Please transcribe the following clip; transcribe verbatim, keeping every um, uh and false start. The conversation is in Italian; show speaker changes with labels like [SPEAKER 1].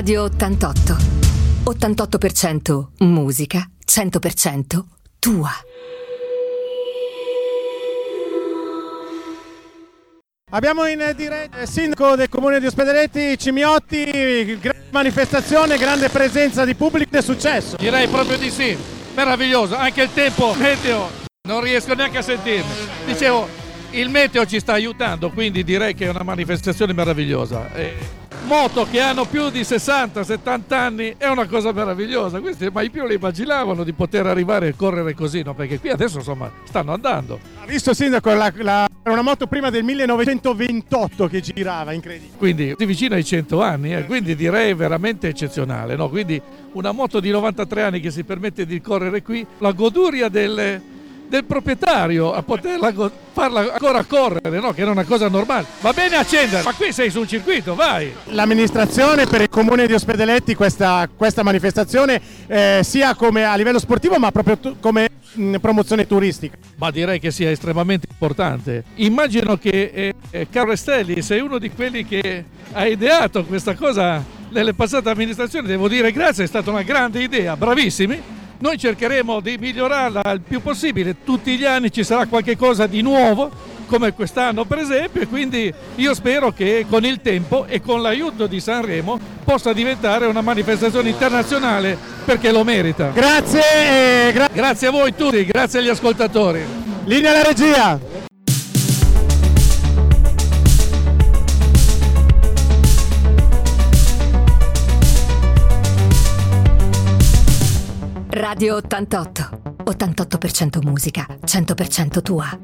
[SPEAKER 1] Radio ottantotto. ottantotto per cento musica, cento per cento tua.
[SPEAKER 2] Abbiamo in diretta il sindaco del comune di Ospedaletti, Cimiotti, grande manifestazione, grande presenza di pubblico, è successo?
[SPEAKER 3] Direi proprio di sì, meraviglioso, anche il tempo, meteo, non riesco neanche a sentirmi. Dicevo, il meteo ci sta aiutando, quindi direi che è una manifestazione meravigliosa. E moto che hanno più di sessanta settanta anni è una cosa meravigliosa, questi mai più le immaginavano di poter arrivare a correre così, no? Perché qui adesso insomma stanno andando.
[SPEAKER 2] Ha visto sindaco, la, la, una moto prima del millenovecentoventotto che girava, incredibile.
[SPEAKER 3] Quindi vicino ai cento anni, eh? Quindi direi veramente eccezionale, no? Quindi una moto di novantatré anni che si permette di correre qui, la goduria del, del proprietario a poterla go- farla ancora correre, no? Che era una cosa normale. Va bene accendere, ma qui sei su un circuito, vai!
[SPEAKER 2] L'amministrazione per il comune di Ospedaletti questa, questa manifestazione eh, sia come a livello sportivo ma proprio tu, come mh, promozione turistica.
[SPEAKER 3] Ma direi che sia estremamente importante. Immagino che eh, eh, Carlo Restelli, sei uno di quelli che ha ideato questa cosa nelle passate amministrazioni, devo dire grazie, è stata una grande idea, bravissimi. Noi cercheremo di migliorarla il più possibile, tutti gli anni ci sarà qualche cosa di nuovo, come quest'anno per esempio, e quindi io spero che con il tempo e con l'aiuto di Sanremo possa diventare una manifestazione internazionale, perché lo merita.
[SPEAKER 2] Grazie, gra-
[SPEAKER 3] grazie a voi tutti, grazie agli ascoltatori.
[SPEAKER 2] Linea alla regia.
[SPEAKER 1] Radio ottantotto. ottantotto per cento musica, cento per cento tua.